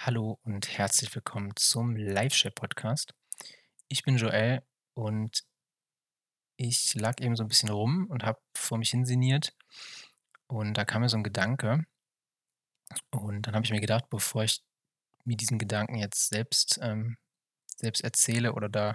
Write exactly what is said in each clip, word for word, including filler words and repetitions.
Hallo und herzlich willkommen zum Live-Chat-Podcast. Ich bin Joel und ich lag eben so ein bisschen rum und habe vor mich hin sinniert und da kam mir so ein Gedanke und dann habe ich mir gedacht, bevor ich mir diesen Gedanken jetzt selbst ähm, selbst erzähle oder da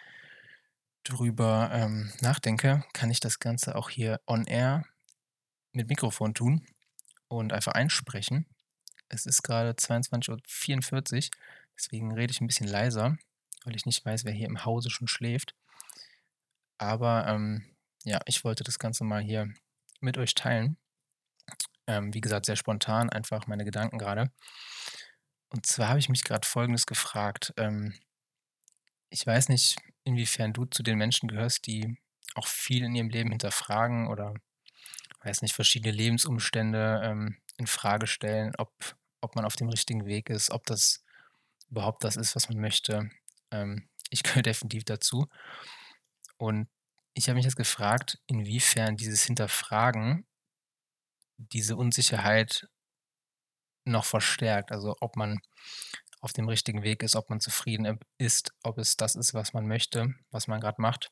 drüber, ähm, nachdenke, kann ich das Ganze auch hier on air mit Mikrofon tun und einfach einsprechen. Es ist gerade zweiundzwanzig Uhr vierundvierzig, deswegen rede ich ein bisschen leiser, weil ich nicht weiß, wer hier im Hause schon schläft. Aber, ähm, ja, ich wollte das Ganze mal hier mit euch teilen. Ähm, wie gesagt, sehr spontan, einfach meine Gedanken gerade. Und zwar habe ich mich gerade Folgendes gefragt. Ähm, ich weiß nicht, inwiefern du zu den Menschen gehörst, die auch viel in ihrem Leben hinterfragen oder, weiß nicht, verschiedene Lebensumstände, ähm, in Frage stellen, ob ob man auf dem richtigen Weg ist, ob das überhaupt das ist, was man möchte. Ähm, ich gehöre definitiv dazu. Und ich habe mich jetzt gefragt, inwiefern dieses Hinterfragen diese Unsicherheit noch verstärkt. Also, ob man auf dem richtigen Weg ist, ob man zufrieden ib ist, ob es das ist, was man möchte, was man gerade macht.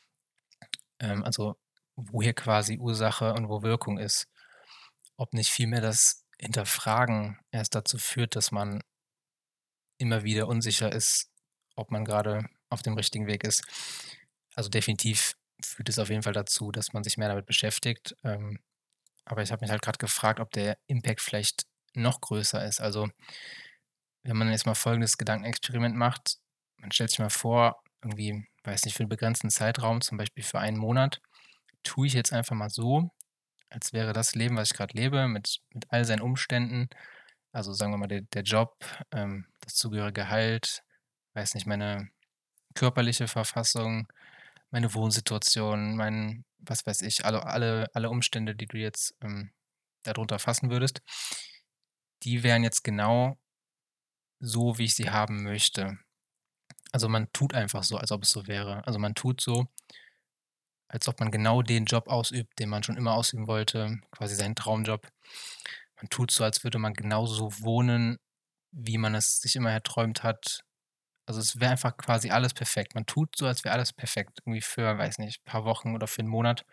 Ähm, also, wo hier quasi Ursache und wo Wirkung ist. Ob nicht vielmehr das Hinterfragen erst dazu führt, dass man immer wieder unsicher ist, ob man gerade auf dem richtigen Weg ist. Also, definitiv führt es auf jeden Fall dazu, dass man sich mehr damit beschäftigt. Ähm, aber ich habe mich halt gerade gefragt, ob der Impact vielleicht noch größer ist. Also, wenn man jetzt mal folgendes Gedankenexperiment macht: Man stellt sich mal vor, irgendwie, weiß nicht, für einen begrenzten Zeitraum, zum Beispiel für einen Monat, tue ich jetzt einfach mal so, als wäre das Leben, was ich gerade lebe, mit mit all seinen Umständen, also, sagen wir mal, der der Job, ähm, das zugehörige Gehalt, weiß nicht, meine körperliche Verfassung, meine Wohnsituation, mein was weiß ich, alle alle alle Umstände, die du jetzt, ähm, da fassen würdest, die wären jetzt genau so, wie ich sie haben möchte. Also, man tut einfach so, als ob es so wäre. Also, man tut so, als ob man genau den Job ausübt, den man schon immer ausüben wollte, quasi seinen Traumjob. Man tut so, als würde man genauso wohnen, wie man es sich immer erträumt hat. Also, es wäre einfach quasi alles perfekt. Man tut so, als wäre alles perfekt, irgendwie für, weiß nicht, paar Wochen oder für einen Monat.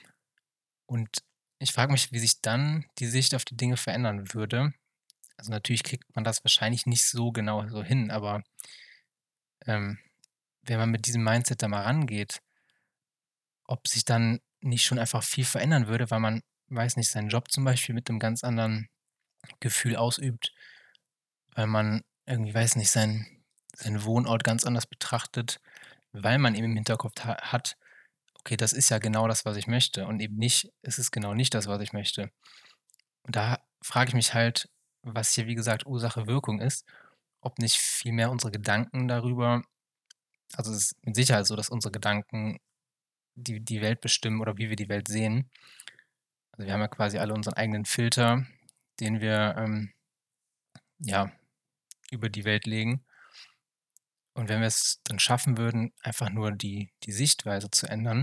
Und ich frage mich, wie sich dann die Sicht auf die Dinge verändern würde. Also, natürlich kriegt man das wahrscheinlich nicht so genau so hin, aber, ähm, wenn man mit diesem Mindset da mal rangeht, ob sich dann nicht schon einfach viel verändern würde, weil man, weiß nicht, seinen Job zum Beispiel mit 'nem ganz anderen Gefühl ausübt, weil man irgendwie, weiß nicht, seinen seinen Wohnort ganz anders betrachtet, weil man eben im Hinterkopf ha hat: „Okay, das ist ja genau das, was ich möchte“, und eben nicht: „Es ist genau nicht das, was ich möchte.“ Und da frage ich mich halt, was hier, wie gesagt, Ursache-Wirkung ist, ob nicht vielmehr unsere Gedanken darüber, also, es ist mit Sicherheit so, dass unsere Gedanken die die Welt bestimmen oder wie wir die Welt sehen. Also, wir haben ja quasi alle unseren eigenen Filter, den wir, ähm, ja, über die Welt legen. Und wenn wir es dann schaffen würden, einfach nur die die Sichtweise zu ändern,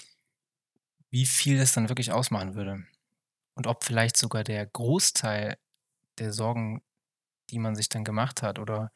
wie viel das dann wirklich ausmachen würde. Und ob vielleicht sogar der Großteil der Sorgen, die man sich dann gemacht hat, oder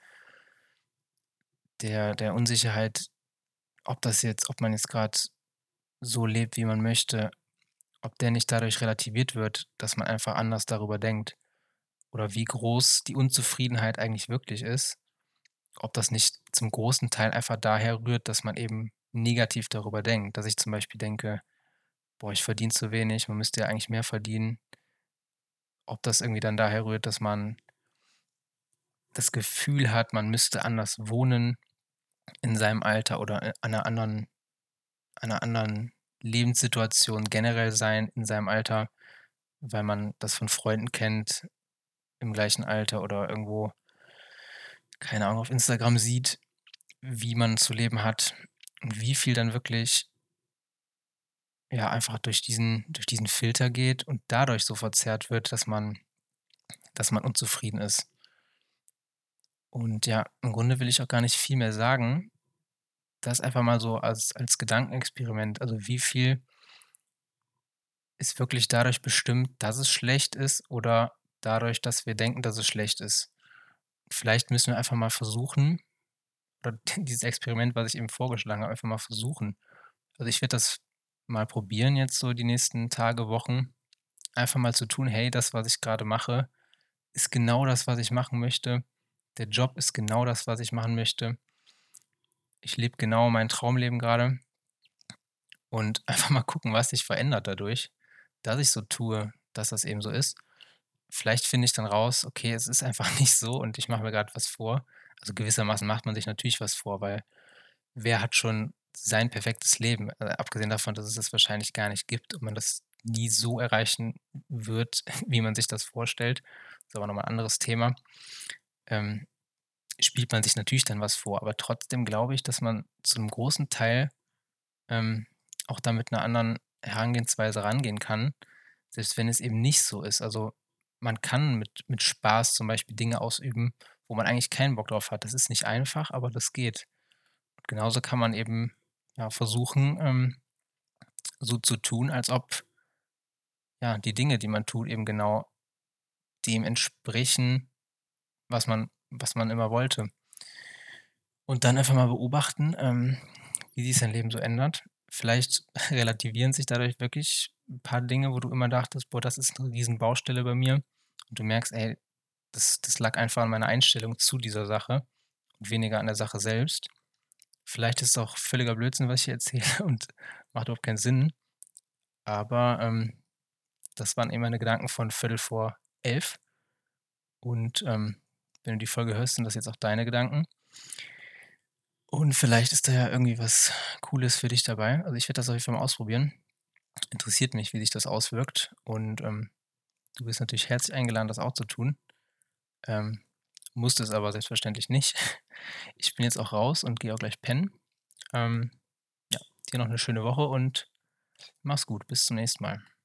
der der Unsicherheit, ob das jetzt ob man jetzt gerade so lebt, wie man möchte, ob der nicht dadurch relativiert wird, dass man einfach anders darüber denkt, oder wie groß die Unzufriedenheit eigentlich wirklich ist. Ob das nicht zum großen Teil einfach daher rührt, dass man eben negativ darüber denkt. Dass ich zum Beispiel denke: „Boah, ich verdiene zu wenig, man müsste ja eigentlich mehr verdienen.“ Ob das irgendwie dann daher rührt, dass man das Gefühl hat, man müsste anders wohnen in seinem Alter oder, äh, an 'ner anderen einer anderen Lebenssituation generell sein in seinem Alter, weil man das von Freunden kennt im gleichen Alter oder irgendwo, keine Ahnung, auf Instagram sieht, wie man zu leben hat und wie viel dann wirklich, ja, einfach durch diesen durch diesen Filter geht und dadurch so verzerrt wird, dass man dass man unzufrieden ist. Und ja, im Grunde will ich auch gar nicht viel mehr sagen. Das einfach mal so als als Gedankenexperiment. Also, wie viel ist wirklich dadurch bestimmt, dass es schlecht ist, oder dadurch, dass wir denken, dass es schlecht ist? vielleicht müssen wir einfach mal versuchen oder dieses Experiment, was ich eben vorgeschlagen habe, einfach mal versuchen. Also, ich werde das mal probieren jetzt so die nächsten Tage, Wochen, einfach mal zu tun: „Hey, das, was ich grade mache, ist genau das, was ich machen möchte. Der Job ist genau das, was ich machen möchte.“ Ich lebe genau mein Traumleben grade und einfach mal gucken, was sich verändert dadurch, dass ich so tue, dass das eben so ist. Vielleicht finde ich dann raus: „Okay, es ist einfach nicht so und ich mache mir grad was vor.“ Also, gewissermaßen macht man sich natürlich was vor, weil wer hat schon sein perfektes Leben? Äh, abgesehen davon, dass es das wahrscheinlich gar nicht gibt und man das nie so erreichen wird, wie man sich das vorstellt. Ist aber noch mal 'n anderes Thema. Ähm, spielt man sich natürlich dann was vor, aber trotzdem glaube ich, dass man zu 'nem großen Teil, ähm, auch da mit 'ner anderen Herangehensweise rangehen kann, selbst wenn es eben nicht so ist. Also, man kann mit mit Spaß zum Beispiel Dinge ausüben, wo man eigentlich keinen Bock drauf hat. Das ist nicht einfach, aber das geht. Genauso kann man eben, ja, versuchen, ähm, so zu tun, als ob ja, die Dinge, die man tut, eben genau dem entsprechen, was man was man immer wollte. Und dann einfach mal beobachten, ähm, wie sich sein Leben so ändert. Vielleicht relativieren sich dadurch wirklich 'n paar Dinge, wo du immer dachtest: „Boah, das ist 'ne Riesenbaustelle bei mir.“ Und du merkst: „Ey, das das lag einfach an meiner Einstellung zu dieser Sache und weniger an der Sache selbst.“ Vielleicht ist es auch völliger Blödsinn, was ich hier erzähle und macht überhaupt keinen Sinn. Aber, ähm, das waren eben meine Gedanken von Viertel vor elf. Und, ähm, wenn du die Folge hörst, sind das jetzt auch deine Gedanken. Und vielleicht ist da ja irgendwie was Cooles für dich dabei. Also, ich werde das auf jeden Fall mal ausprobieren. Interessiert mich, wie sich das auswirkt und, ähm, du bist natürlich herzlich eingeladen, das auch zu tun. Ähm, musst es aber selbstverständlich nicht. Ich bin jetzt auch raus und gehe auch gleich pennen. Ähm, ja, dir noch 'ne schöne Woche und mach's gut. Bis zum nächsten Mal.